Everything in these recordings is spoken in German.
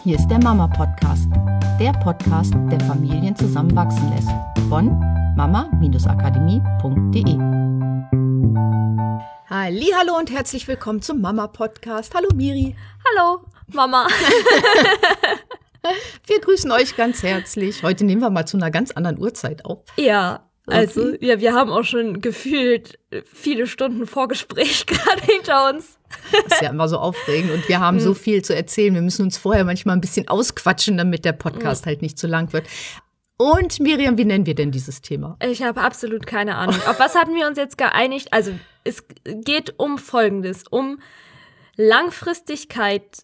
Hier ist der Mama-Podcast, der Podcast, der Familien zusammenwachsen lässt. Von mama-akademie.de. Hallihallo und herzlich willkommen zum Mama-Podcast. Hallo Miri. Hallo Mama. Wir grüßen euch ganz herzlich. Heute nehmen wir mal zu einer ganz anderen Uhrzeit auf. Ja. Also, ja, wir haben auch schon gefühlt viele Stunden Vorgespräch gerade hinter uns. Das ist ja immer so aufregend und wir haben so viel zu erzählen. Wir müssen uns vorher manchmal ein bisschen ausquatschen, damit der Podcast halt nicht zu lang wird. Und Miriam, wie nennen wir denn dieses Thema? Ich habe absolut keine Ahnung. Auf was hatten wir uns jetzt geeinigt? Also, es geht um Folgendes, um Langfristigkeit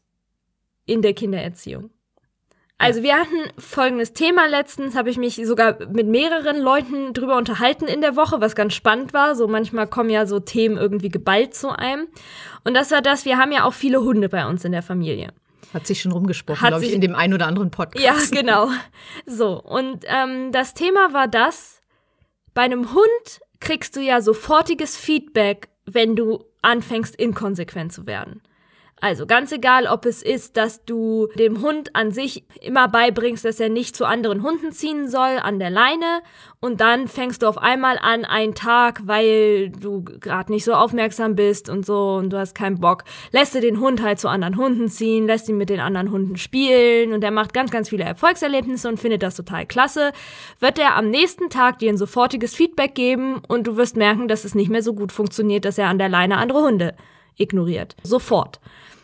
in der Kindererziehung. Also wir hatten folgendes Thema letztens, habe ich mich sogar mit mehreren Leuten drüber unterhalten in der Woche, was ganz spannend war. So manchmal kommen ja so Themen irgendwie geballt zu einem. Und das war das, wir haben ja auch viele Hunde bei uns in der Familie. Hat sich schon rumgesprochen, glaube ich, in dem einen oder anderen Podcast. Ja, genau. So, und das Thema war das, bei einem Hund kriegst du ja sofortiges Feedback, wenn du anfängst, inkonsequent zu werden. Also ganz egal, ob es ist, dass du dem Hund an sich immer beibringst, dass er nicht zu anderen Hunden ziehen soll an der Leine und dann fängst du auf einmal an einen Tag, weil du gerade nicht so aufmerksam bist und so und du hast keinen Bock, lässt du den Hund halt zu anderen Hunden ziehen, lässt ihn mit den anderen Hunden spielen und er macht ganz, ganz viele Erfolgserlebnisse und findet das total klasse, wird er am nächsten Tag dir ein sofortiges Feedback geben und du wirst merken, dass es nicht mehr so gut funktioniert, dass er an der Leine andere Hunde ignoriert. Sofort.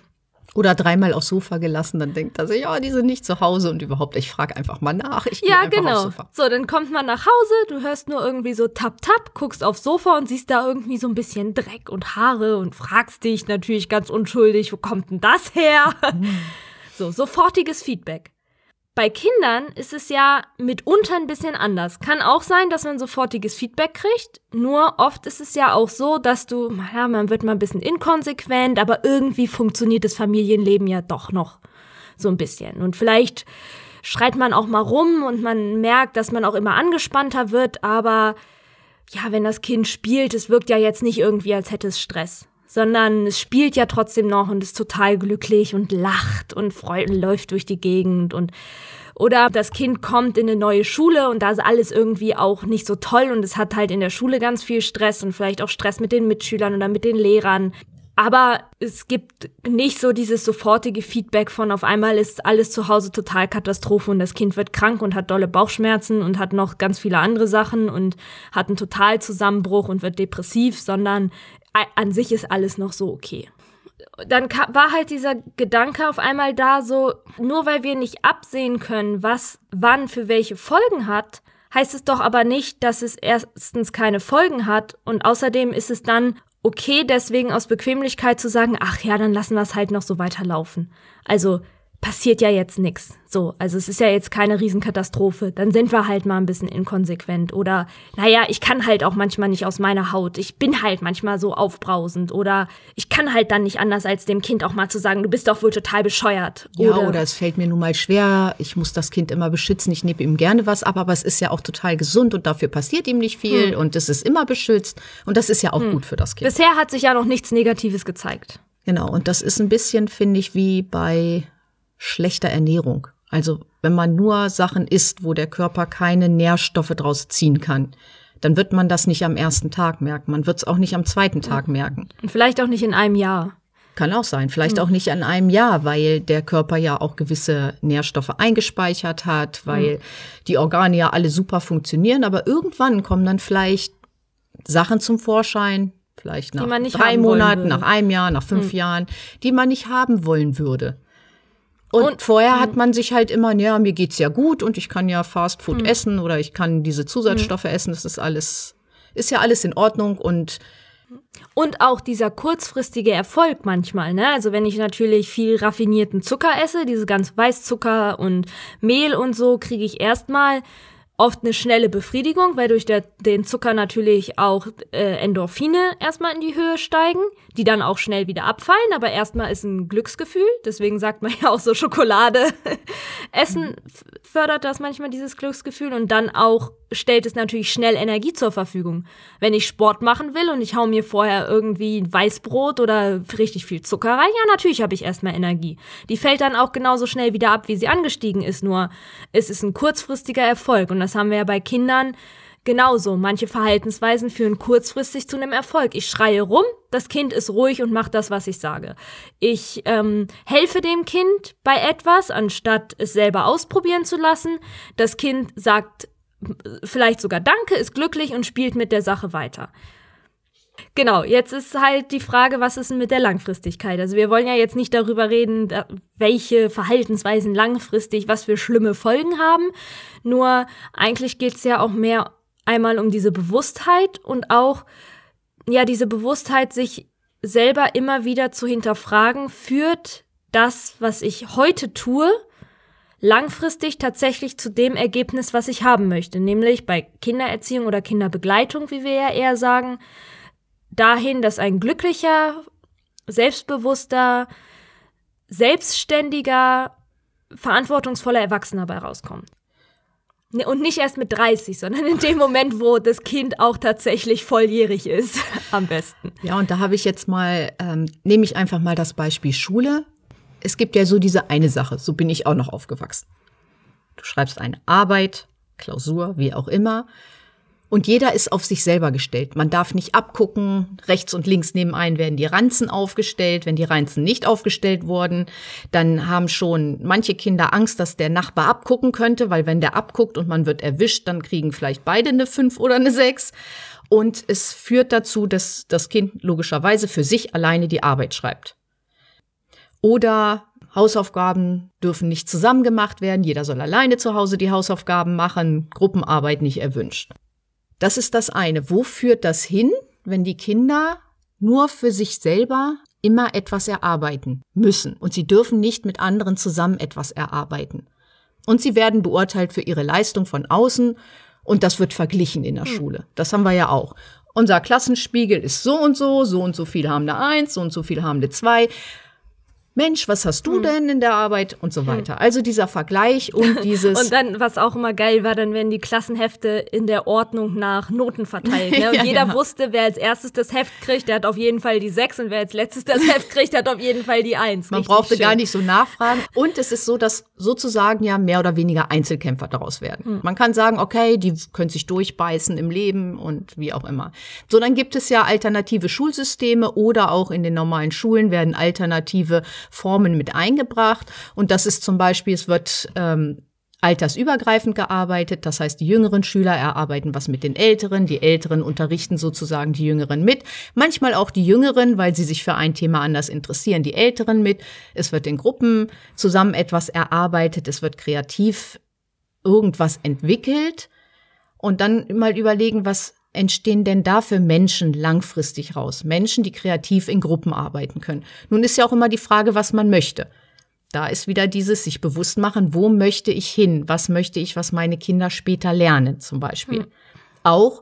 Oder dreimal aufs Sofa gelassen, dann denkt er sich, ja, die sind nicht zu Hause und überhaupt, ich frage einfach mal nach, ich gehe einfach aufs Sofa. So, dann kommt man nach Hause, du hörst nur irgendwie so tap-tap, guckst aufs Sofa und siehst da irgendwie so ein bisschen Dreck und Haare und fragst dich natürlich ganz unschuldig, wo kommt denn das her? So, sofortiges Feedback. Bei Kindern ist es ja mitunter ein bisschen anders. Kann auch sein, dass man sofortiges Feedback kriegt, nur oft ist es ja auch so, dass man wird mal ein bisschen inkonsequent, aber irgendwie funktioniert das Familienleben ja doch noch so ein bisschen. Und vielleicht schreit man auch mal rum und man merkt, dass man auch immer angespannter wird, aber ja, wenn das Kind spielt, es wirkt ja jetzt nicht irgendwie, als hätte es Stress. Sondern es spielt ja trotzdem noch und ist total glücklich und lacht und läuft durch die Gegend oder das Kind kommt in eine neue Schule und da ist alles irgendwie auch nicht so toll und es hat halt in der Schule ganz viel Stress und vielleicht auch Stress mit den Mitschülern oder mit den Lehrern. Aber es gibt nicht so dieses sofortige Feedback von auf einmal ist alles zu Hause total Katastrophe und das Kind wird krank und hat dolle Bauchschmerzen und hat noch ganz viele andere Sachen und hat einen Totalzusammenbruch und wird depressiv, sondern an sich ist alles noch so okay. Dann war halt dieser Gedanke auf einmal da, so nur weil wir nicht absehen können, was wann für welche Folgen hat, heißt es doch aber nicht, dass es erstens keine Folgen hat und außerdem ist es dann okay, deswegen aus Bequemlichkeit zu sagen, ach ja, dann lassen wir es halt noch so weiterlaufen. Also passiert ja jetzt nichts. So, also es ist ja jetzt keine Riesenkatastrophe. Dann sind wir halt mal ein bisschen inkonsequent. Oder, naja, ich kann halt auch manchmal nicht aus meiner Haut. Ich bin halt manchmal so aufbrausend. Oder ich kann halt dann nicht anders, als dem Kind auch mal zu sagen, du bist doch wohl total bescheuert. Oder es fällt mir nun mal schwer, ich muss das Kind immer beschützen, ich nehme ihm gerne was ab, aber es ist ja auch total gesund und dafür passiert ihm nicht viel und es ist immer beschützt. Und das ist ja auch gut für das Kind. Bisher hat sich ja noch nichts Negatives gezeigt. Genau, und das ist ein bisschen, finde ich, wie bei schlechter Ernährung. Also wenn man nur Sachen isst, wo der Körper keine Nährstoffe draus ziehen kann, dann wird man das nicht am ersten Tag merken. Man wird es auch nicht am zweiten Tag merken. Und vielleicht auch nicht in einem Jahr. Kann auch sein. Vielleicht auch nicht in einem Jahr, weil der Körper ja auch gewisse Nährstoffe eingespeichert hat, weil die Organe ja alle super funktionieren. Aber irgendwann kommen dann vielleicht Sachen zum Vorschein, vielleicht nach 3 Monaten, nach einem Jahr, nach 5 Jahren, die man nicht haben wollen würde. Und vorher hat man sich halt immer, ja, mir geht's ja gut und ich kann ja Fast Food essen oder ich kann diese Zusatzstoffe essen, das ist ja alles in Ordnung und auch dieser kurzfristige Erfolg manchmal, ne? Also wenn ich natürlich viel raffinierten Zucker esse, diese ganze Weißzucker und Mehl und so, kriege ich erstmal oft eine schnelle Befriedigung, weil durch den Zucker natürlich auch Endorphine erstmal in die Höhe steigen, die dann auch schnell wieder abfallen, aber erstmal ist ein Glücksgefühl, deswegen sagt man ja auch so Schokolade essen fördert das manchmal dieses Glücksgefühl und dann auch stellt es natürlich schnell Energie zur Verfügung. Wenn ich Sport machen will und ich hau mir vorher irgendwie ein Weißbrot oder richtig viel Zucker rein, ja, natürlich habe ich erstmal Energie. Die fällt dann auch genauso schnell wieder ab, wie sie angestiegen ist, nur es ist ein kurzfristiger Erfolg und das haben wir ja bei Kindern genauso. Manche Verhaltensweisen führen kurzfristig zu einem Erfolg. Ich schreie rum, das Kind ist ruhig und macht das, was ich sage. Ich helfe dem Kind bei etwas, anstatt es selber ausprobieren zu lassen. Das Kind sagt vielleicht sogar Danke, ist glücklich und spielt mit der Sache weiter. Genau, jetzt ist halt die Frage, was ist denn mit der Langfristigkeit? Also wir wollen ja jetzt nicht darüber reden, welche Verhaltensweisen langfristig was für schlimme Folgen haben. Nur eigentlich geht es ja auch mehr einmal um diese Bewusstheit und auch, ja, diese Bewusstheit, sich selber immer wieder zu hinterfragen, führt das, was ich heute tue, langfristig tatsächlich zu dem Ergebnis, was ich haben möchte. Nämlich bei Kindererziehung oder Kinderbegleitung, wie wir ja eher sagen, dahin, dass ein glücklicher, selbstbewusster, selbstständiger, verantwortungsvoller Erwachsener dabei rauskommt. Und nicht erst mit 30, sondern in dem Moment, wo das Kind auch tatsächlich volljährig ist, am besten. Ja, und da habe ich jetzt mal, nehme ich einfach mal das Beispiel Schule. Es gibt ja so diese eine Sache, so bin ich auch noch aufgewachsen. Du schreibst eine Arbeit, Klausur, wie auch immer. Und jeder ist auf sich selber gestellt. Man darf nicht abgucken. Rechts und links neben einen werden die Ranzen aufgestellt. Wenn die Ranzen nicht aufgestellt wurden, dann haben schon manche Kinder Angst, dass der Nachbar abgucken könnte, weil wenn der abguckt und man wird erwischt, dann kriegen vielleicht beide eine 5 oder eine 6. Und es führt dazu, dass das Kind logischerweise für sich alleine die Arbeit schreibt. Oder Hausaufgaben dürfen nicht zusammen gemacht werden. Jeder soll alleine zu Hause die Hausaufgaben machen. Gruppenarbeit nicht erwünscht. Das ist das eine. Wo führt das hin, wenn die Kinder nur für sich selber immer etwas erarbeiten müssen? Und sie dürfen nicht mit anderen zusammen etwas erarbeiten. Und sie werden beurteilt für ihre Leistung von außen und das wird verglichen in der Schule. Das haben wir ja auch. Unser Klassenspiegel ist so und so viele haben eine 1, so und so viele haben eine 2. Mensch, was hast du denn in der Arbeit und so weiter. Also dieser Vergleich und dieses... Und dann, was auch immer geil war, dann werden die Klassenhefte in der Ordnung nach Noten verteilt. Ne? Und ja, jeder wusste, wer als erstes das Heft kriegt, der hat auf jeden Fall die 6 und wer als letztes das Heft kriegt, der hat auf jeden Fall die 1. Man brauchte gar nicht so nachfragen. Und es ist so, dass sozusagen ja mehr oder weniger Einzelkämpfer daraus werden. Man kann sagen, okay, die können sich durchbeißen im Leben und wie auch immer. So, dann gibt es ja alternative Schulsysteme oder auch in den normalen Schulen werden alternative Formen mit eingebracht. Und das ist zum Beispiel, es wird altersübergreifend gearbeitet. Das heißt, die jüngeren Schüler erarbeiten was mit den Älteren. Die Älteren unterrichten sozusagen die Jüngeren mit. Manchmal auch die Jüngeren, weil sie sich für ein Thema anders interessieren, die Älteren mit. Es wird in Gruppen zusammen etwas erarbeitet. Es wird kreativ irgendwas entwickelt. Und dann mal überlegen, was entstehen denn da für Menschen langfristig raus? Menschen, die kreativ in Gruppen arbeiten können. Nun ist ja auch immer die Frage, was man möchte. Da ist wieder dieses sich bewusst machen, wo möchte ich hin? Was möchte ich, was meine Kinder später lernen zum Beispiel? Auch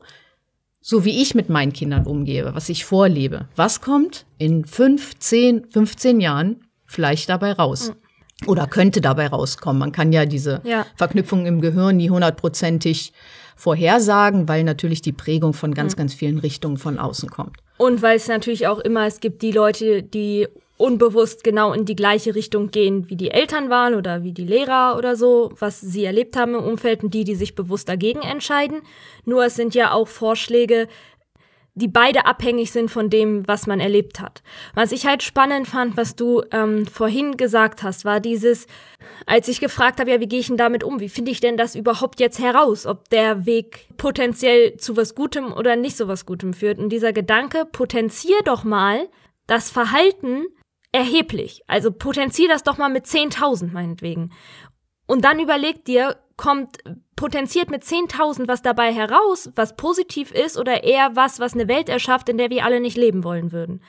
so wie ich mit meinen Kindern umgehe, was ich vorlebe. Was kommt in 5, 10, 15 Jahren vielleicht dabei raus? Oder könnte dabei rauskommen. Man kann ja diese Verknüpfung im Gehirn nie 100%ig vorhersagen, weil natürlich die Prägung von ganz, ganz vielen Richtungen von außen kommt. Und weil es natürlich auch immer, es gibt die Leute, die unbewusst genau in die gleiche Richtung gehen, wie die Eltern waren oder wie die Lehrer oder so, was sie erlebt haben im Umfeld und die sich bewusst dagegen entscheiden. Nur es sind ja auch Vorschläge, die beide abhängig sind von dem, was man erlebt hat. Was ich halt spannend fand, was du vorhin gesagt hast, war dieses, als ich gefragt habe, ja, wie gehe ich denn damit um? Wie finde ich denn das überhaupt jetzt heraus, ob der Weg potenziell zu was Gutem oder nicht zu was Gutem führt? Und dieser Gedanke, potenzier doch mal das Verhalten erheblich. Also potenzier das doch mal mit 10.000 meinetwegen. Und dann überleg dir, kommt potenziert mit 10.000 was dabei heraus, was positiv ist oder eher was eine Welt erschafft, in der wir alle nicht leben wollen würden.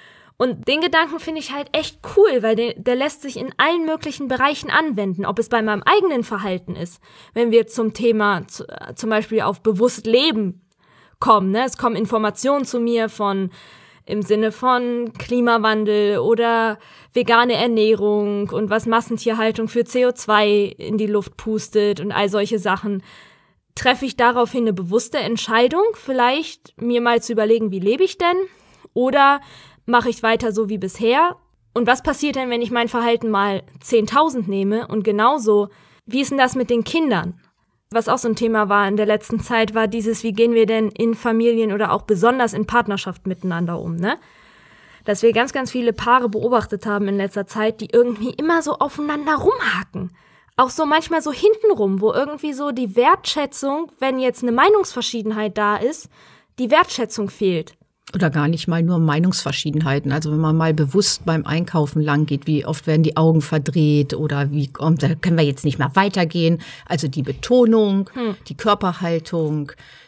Und den Gedanken finde ich halt echt cool, weil der lässt sich in allen möglichen Bereichen anwenden, ob es bei meinem eigenen Verhalten ist, wenn wir zum Thema zum Beispiel auf bewusst Leben kommen. Ne? Es kommen Informationen zu mir von im Sinne von Klimawandel oder vegane Ernährung und was Massentierhaltung für CO2 in die Luft pustet und all solche Sachen, treffe ich daraufhin eine bewusste Entscheidung, vielleicht mir mal zu überlegen, wie lebe ich denn? Oder mache ich weiter so wie bisher? Und was passiert denn, wenn ich mein Verhalten mal 10.000 nehme? Und genauso, wie ist denn das mit den Kindern? Was auch so ein Thema war in der letzten Zeit, war dieses, wie gehen wir denn in Familien oder auch besonders in Partnerschaft miteinander um, ne? Dass wir ganz, ganz viele Paare beobachtet haben in letzter Zeit, die irgendwie immer so aufeinander rumhaken. Auch so manchmal so hintenrum, wo irgendwie so die Wertschätzung, wenn jetzt eine Meinungsverschiedenheit da ist, die Wertschätzung fehlt. Oder gar nicht mal nur Meinungsverschiedenheiten. Also wenn man mal bewusst beim Einkaufen lang geht, wie oft werden die Augen verdreht oder da können wir jetzt nicht mehr weitergehen. Also die Betonung, die Körperhaltung,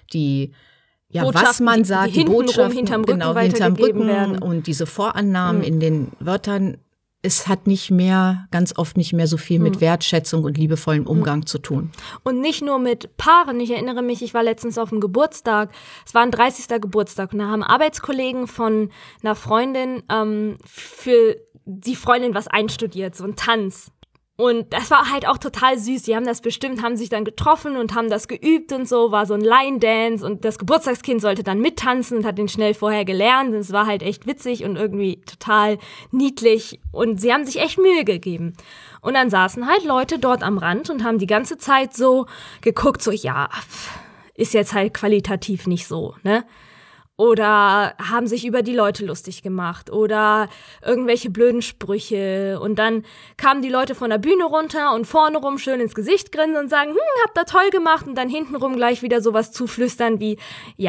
was man sagt, die Botschaften hinterm Rücken werden. Und diese Vorannahmen in den Wörtern. Es hat ganz oft nicht mehr so viel mit Wertschätzung und liebevollem Umgang zu tun. Und nicht nur mit Paaren. Ich erinnere mich, ich war letztens auf einem Geburtstag. Es war ein 30. Geburtstag. Und da haben Arbeitskollegen von einer Freundin für die Freundin was einstudiert, so ein Tanz. Und das war halt auch total süß. Die haben sich dann getroffen und haben das geübt und so, war so ein Line-Dance und das Geburtstagskind sollte dann mittanzen und hat den schnell vorher gelernt. Und es war halt echt witzig und irgendwie total niedlich und sie haben sich echt Mühe gegeben. Und dann saßen halt Leute dort am Rand und haben die ganze Zeit so geguckt, so ist jetzt halt qualitativ nicht so, ne? Oder haben sich über die Leute lustig gemacht oder irgendwelche blöden Sprüche. Und dann kamen die Leute von der Bühne runter und vorne rum schön ins Gesicht grinsen und sagen, habt ihr toll gemacht. Und dann hintenrum gleich wieder sowas zuflüstern wie,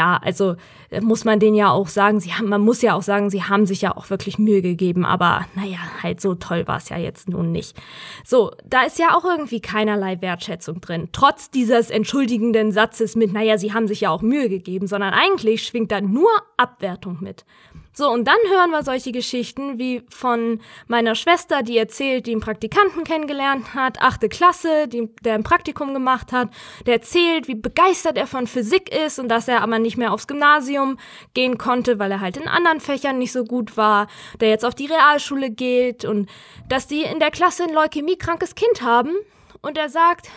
muss man denen ja auch sagen, man muss ja auch sagen, sie haben sich ja auch wirklich Mühe gegeben. Aber halt so toll war es ja jetzt nun nicht. So, da ist ja auch irgendwie keinerlei Wertschätzung drin. Trotz dieses entschuldigenden Satzes mit, sie haben sich ja auch Mühe gegeben. Sondern eigentlich schwingt da nur Abwertung mit. So, und dann hören wir solche Geschichten wie von meiner Schwester, die erzählt, die einen Praktikanten kennengelernt hat, 8. Klasse, der ein Praktikum gemacht hat, der erzählt, wie begeistert er von Physik ist und dass er aber nicht mehr aufs Gymnasium gehen konnte, weil er halt in anderen Fächern nicht so gut war, der jetzt auf die Realschule geht und dass die in der Klasse ein leukämiekrankes Kind haben und er sagt,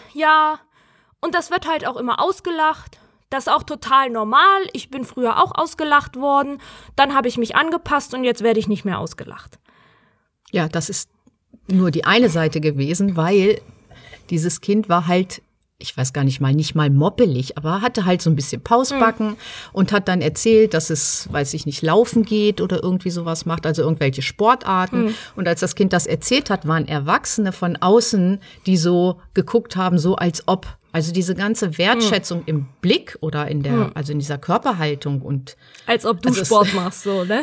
und das wird halt auch immer ausgelacht. Das ist auch total normal. Ich bin früher auch ausgelacht worden. Dann habe ich mich angepasst und jetzt werde ich nicht mehr ausgelacht. Ja, das ist nur die eine Seite gewesen, weil dieses Kind war halt, ich weiß gar nicht mal moppelig, aber hatte halt so ein bisschen Pausbacken und hat dann erzählt, dass es, laufen geht oder irgendwie sowas macht, also irgendwelche Sportarten. Und als das Kind das erzählt hat, waren Erwachsene von außen, die so geguckt haben, so als ob. Also diese ganze Wertschätzung im Blick oder in dieser Körperhaltung und als ob du Sport machst, so, ne?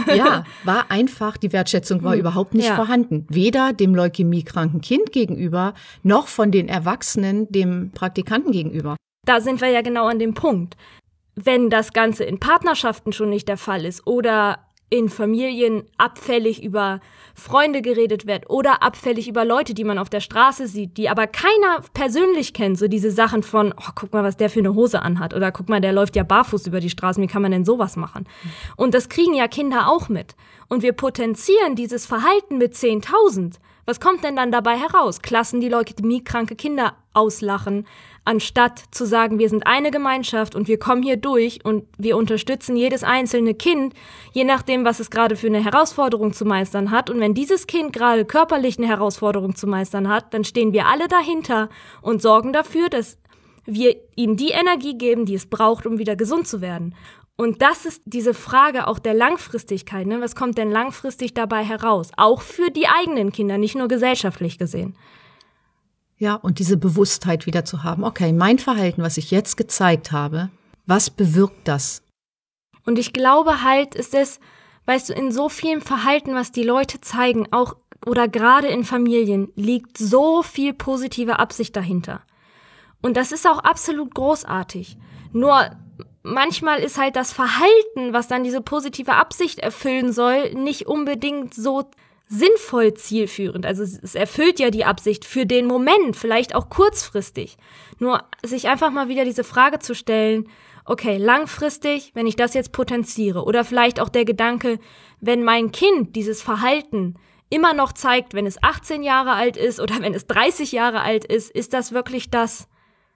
War einfach, die Wertschätzung war überhaupt nicht vorhanden. Weder dem leukämiekranken Kind gegenüber, noch von den Erwachsenen dem Praktikanten gegenüber. Da sind wir ja genau an dem Punkt. Wenn das Ganze in Partnerschaften schon nicht der Fall ist oder in Familien abfällig über Freunde geredet wird oder abfällig über Leute, die man auf der Straße sieht, die aber keiner persönlich kennt, so diese Sachen von, guck mal, was der für eine Hose anhat oder guck mal, der läuft ja barfuß über die Straßen, wie kann man denn sowas machen? Und das kriegen ja Kinder auch mit. Und wir potenzieren dieses Verhalten mit 10.000. Was kommt denn dann dabei heraus? Klassen, die leukämiekranke Kinder auslachen, anstatt zu sagen, wir sind eine Gemeinschaft und wir kommen hier durch und wir unterstützen jedes einzelne Kind, je nachdem, was es gerade für eine Herausforderung zu meistern hat. Und wenn dieses Kind gerade körperlich eine Herausforderung zu meistern hat, dann stehen wir alle dahinter und sorgen dafür, dass wir ihm die Energie geben, die es braucht, um wieder gesund zu werden. Und das ist diese Frage auch der Langfristigkeit, ne? Was kommt denn langfristig dabei heraus? Auch für die eigenen Kinder, nicht nur gesellschaftlich gesehen. Ja, und diese Bewusstheit wieder zu haben. Okay, mein Verhalten, was ich jetzt gezeigt habe, was bewirkt das? Und ich glaube halt, ist es, weißt du, in so vielem Verhalten, was die Leute zeigen, auch oder gerade in Familien, liegt so viel positive Absicht dahinter. Und das ist auch absolut großartig. Nur manchmal ist halt das Verhalten, was dann diese positive Absicht erfüllen soll, nicht unbedingt so sinnvoll zielführend. Also es erfüllt ja die Absicht für den Moment, vielleicht auch kurzfristig. Nur sich einfach mal wieder diese Frage zu stellen, okay, langfristig, wenn ich das jetzt potenziere, oder vielleicht auch der Gedanke, wenn mein Kind dieses Verhalten immer noch zeigt, wenn es 18 Jahre alt ist oder wenn es 30 Jahre alt ist das wirklich das,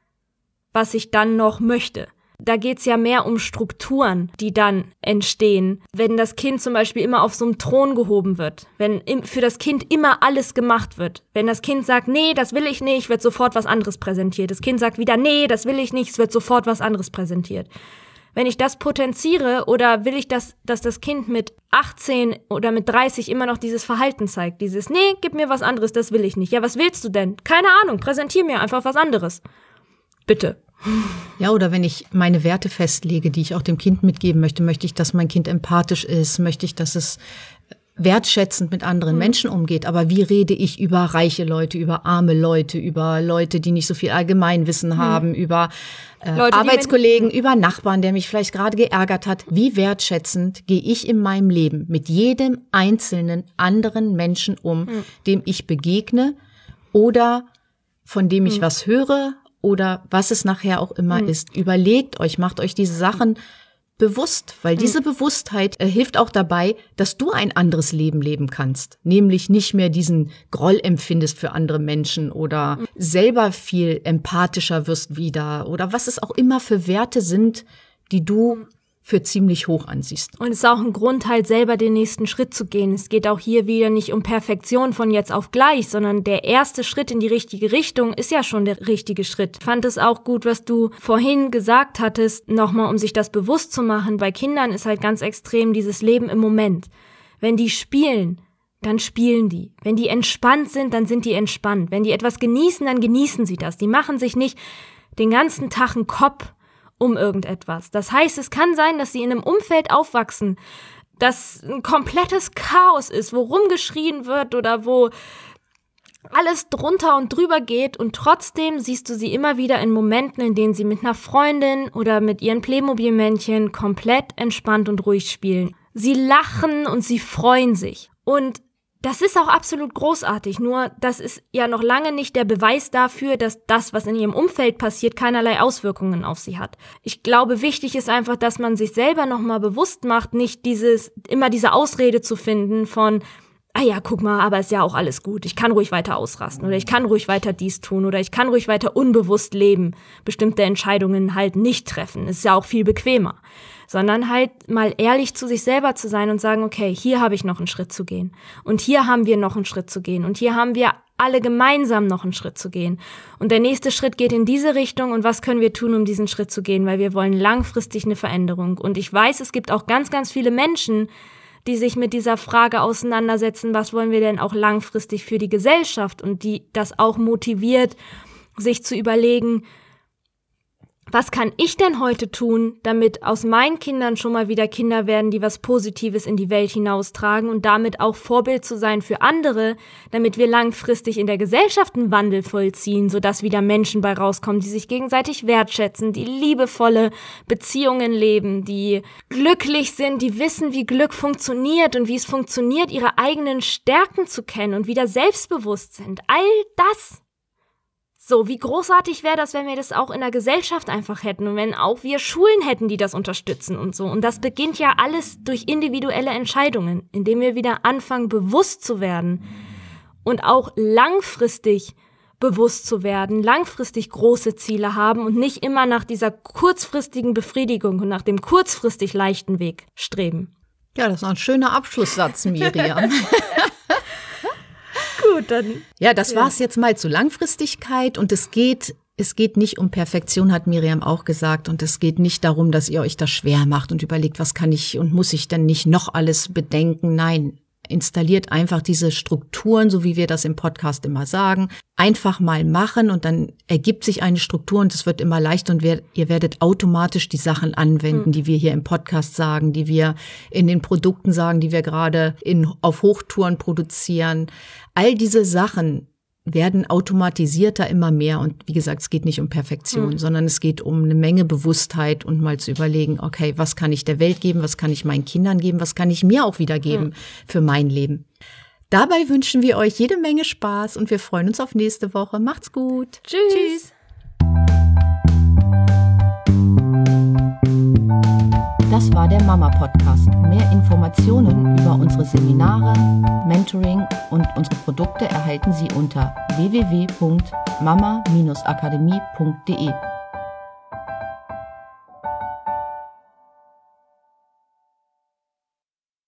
was ich dann noch möchte? Da geht's ja mehr um Strukturen, die dann entstehen. Wenn das Kind zum Beispiel immer auf so einem Thron gehoben wird, wenn für das Kind immer alles gemacht wird, wenn das Kind sagt, nee, das will ich nicht, wird sofort was anderes präsentiert. Das Kind sagt wieder, nee, das will ich nicht, es wird sofort was anderes präsentiert. Wenn ich das potenziere oder will ich, dass das Kind mit 18 oder mit 30 immer noch dieses Verhalten zeigt, dieses, nee, gib mir was anderes, das will ich nicht. Ja, was willst du denn? Keine Ahnung, präsentier mir einfach was anderes. Bitte. Ja, oder wenn ich meine Werte festlege, die ich auch dem Kind mitgeben möchte, möchte ich, dass mein Kind empathisch ist, möchte ich, dass es wertschätzend mit anderen Menschen umgeht. Aber wie rede ich über reiche Leute, über arme Leute, über Leute, die nicht so viel Allgemeinwissen haben, über Leute, Arbeitskollegen, über Nachbarn, der mich vielleicht gerade geärgert hat? Wie wertschätzend gehe ich in meinem Leben mit jedem einzelnen anderen Menschen um, dem ich begegne oder von dem ich was höre? Oder was es nachher auch immer ist. Überlegt euch, macht euch diese Sachen bewusst, weil diese Bewusstheit hilft auch dabei, dass du ein anderes Leben leben kannst. Nämlich nicht mehr diesen Groll empfindest für andere Menschen oder selber viel empathischer wirst wieder oder was es auch immer für Werte sind, die du für ziemlich hoch ansiehst. Und es ist auch ein Grund, halt selber den nächsten Schritt zu gehen. Es geht auch hier wieder nicht um Perfektion von jetzt auf gleich, sondern der erste Schritt in die richtige Richtung ist ja schon der richtige Schritt. Ich fand es auch gut, was du vorhin gesagt hattest, nochmal, um sich das bewusst zu machen. Bei Kindern ist halt ganz extrem dieses Leben im Moment. Wenn die spielen, dann spielen die. Wenn die entspannt sind, dann sind die entspannt. Wenn die etwas genießen, dann genießen sie das. Die machen sich nicht den ganzen Tag einen Kopf um irgendetwas. Das heißt, es kann sein, dass sie in einem Umfeld aufwachsen, das ein komplettes Chaos ist, wo rumgeschrien wird oder wo alles drunter und drüber geht und trotzdem siehst du sie immer wieder in Momenten, in denen sie mit einer Freundin oder mit ihren Playmobil-Männchen komplett entspannt und ruhig spielen. Sie lachen und sie freuen sich. Und das ist auch absolut großartig, nur das ist ja noch lange nicht der Beweis dafür, dass das, was in ihrem Umfeld passiert, keinerlei Auswirkungen auf sie hat. Ich glaube, wichtig ist einfach, dass man sich selber nochmal bewusst macht, nicht immer diese Ausrede zu finden von, ah ja, guck mal, aber ist ja auch alles gut, ich kann ruhig weiter ausrasten oder ich kann ruhig weiter dies tun oder ich kann ruhig weiter unbewusst leben, bestimmte Entscheidungen halt nicht treffen, ist ja auch viel bequemer. Sondern halt mal ehrlich zu sich selber zu sein und sagen, okay, hier habe ich noch einen Schritt zu gehen und hier haben wir noch einen Schritt zu gehen und hier haben wir alle gemeinsam noch einen Schritt zu gehen. Und der nächste Schritt geht in diese Richtung und was können wir tun, um diesen Schritt zu gehen, weil wir wollen langfristig eine Veränderung. Und ich weiß, es gibt auch ganz, ganz viele Menschen, die sich mit dieser Frage auseinandersetzen, was wollen wir denn auch langfristig für die Gesellschaft und die das auch motiviert, sich zu überlegen, was kann ich denn heute tun, damit aus meinen Kindern schon mal wieder Kinder werden, die was Positives in die Welt hinaustragen und damit auch Vorbild zu sein für andere, damit wir langfristig in der Gesellschaft einen Wandel vollziehen, sodass wieder Menschen bei rauskommen, die sich gegenseitig wertschätzen, die liebevolle Beziehungen leben, die glücklich sind, die wissen, wie Glück funktioniert und wie es funktioniert, ihre eigenen Stärken zu kennen und wieder selbstbewusst sind. All das. So, wie großartig wäre das, wenn wir das auch in der Gesellschaft einfach hätten und wenn auch wir Schulen hätten, die das unterstützen und so. Und das beginnt ja alles durch individuelle Entscheidungen, indem wir wieder anfangen, bewusst zu werden und auch langfristig bewusst zu werden, langfristig große Ziele haben und nicht immer nach dieser kurzfristigen Befriedigung und nach dem kurzfristig leichten Weg streben. Ja, das ist ein schöner Abschlusssatz, Miriam. Gut, dann. Ja, das war's jetzt mal zu Langfristigkeit und es geht nicht um Perfektion, hat Miriam auch gesagt, und es geht nicht darum, dass ihr euch das schwer macht und überlegt, was kann ich und muss ich denn nicht noch alles bedenken. Nein, installiert einfach diese Strukturen, so wie wir das im Podcast immer sagen, einfach mal machen und dann ergibt sich eine Struktur und es wird immer leichter und ihr werdet automatisch die Sachen anwenden, die wir hier im Podcast sagen, die wir in den Produkten sagen, die wir gerade auf Hochtouren produzieren. All diese Sachen werden automatisierter immer mehr und wie gesagt, es geht nicht um Perfektion, sondern es geht um eine Menge Bewusstheit und mal zu überlegen, okay, was kann ich der Welt geben, was kann ich meinen Kindern geben, was kann ich mir auch wieder geben für mein Leben. Dabei wünschen wir euch jede Menge Spaß und wir freuen uns auf nächste Woche. Macht's gut. Tschüss. Tschüss. Das war der Mama-Podcast. Mehr Informationen über unsere Seminare, Mentoring und unsere Produkte erhalten Sie unter www.mama-akademie.de.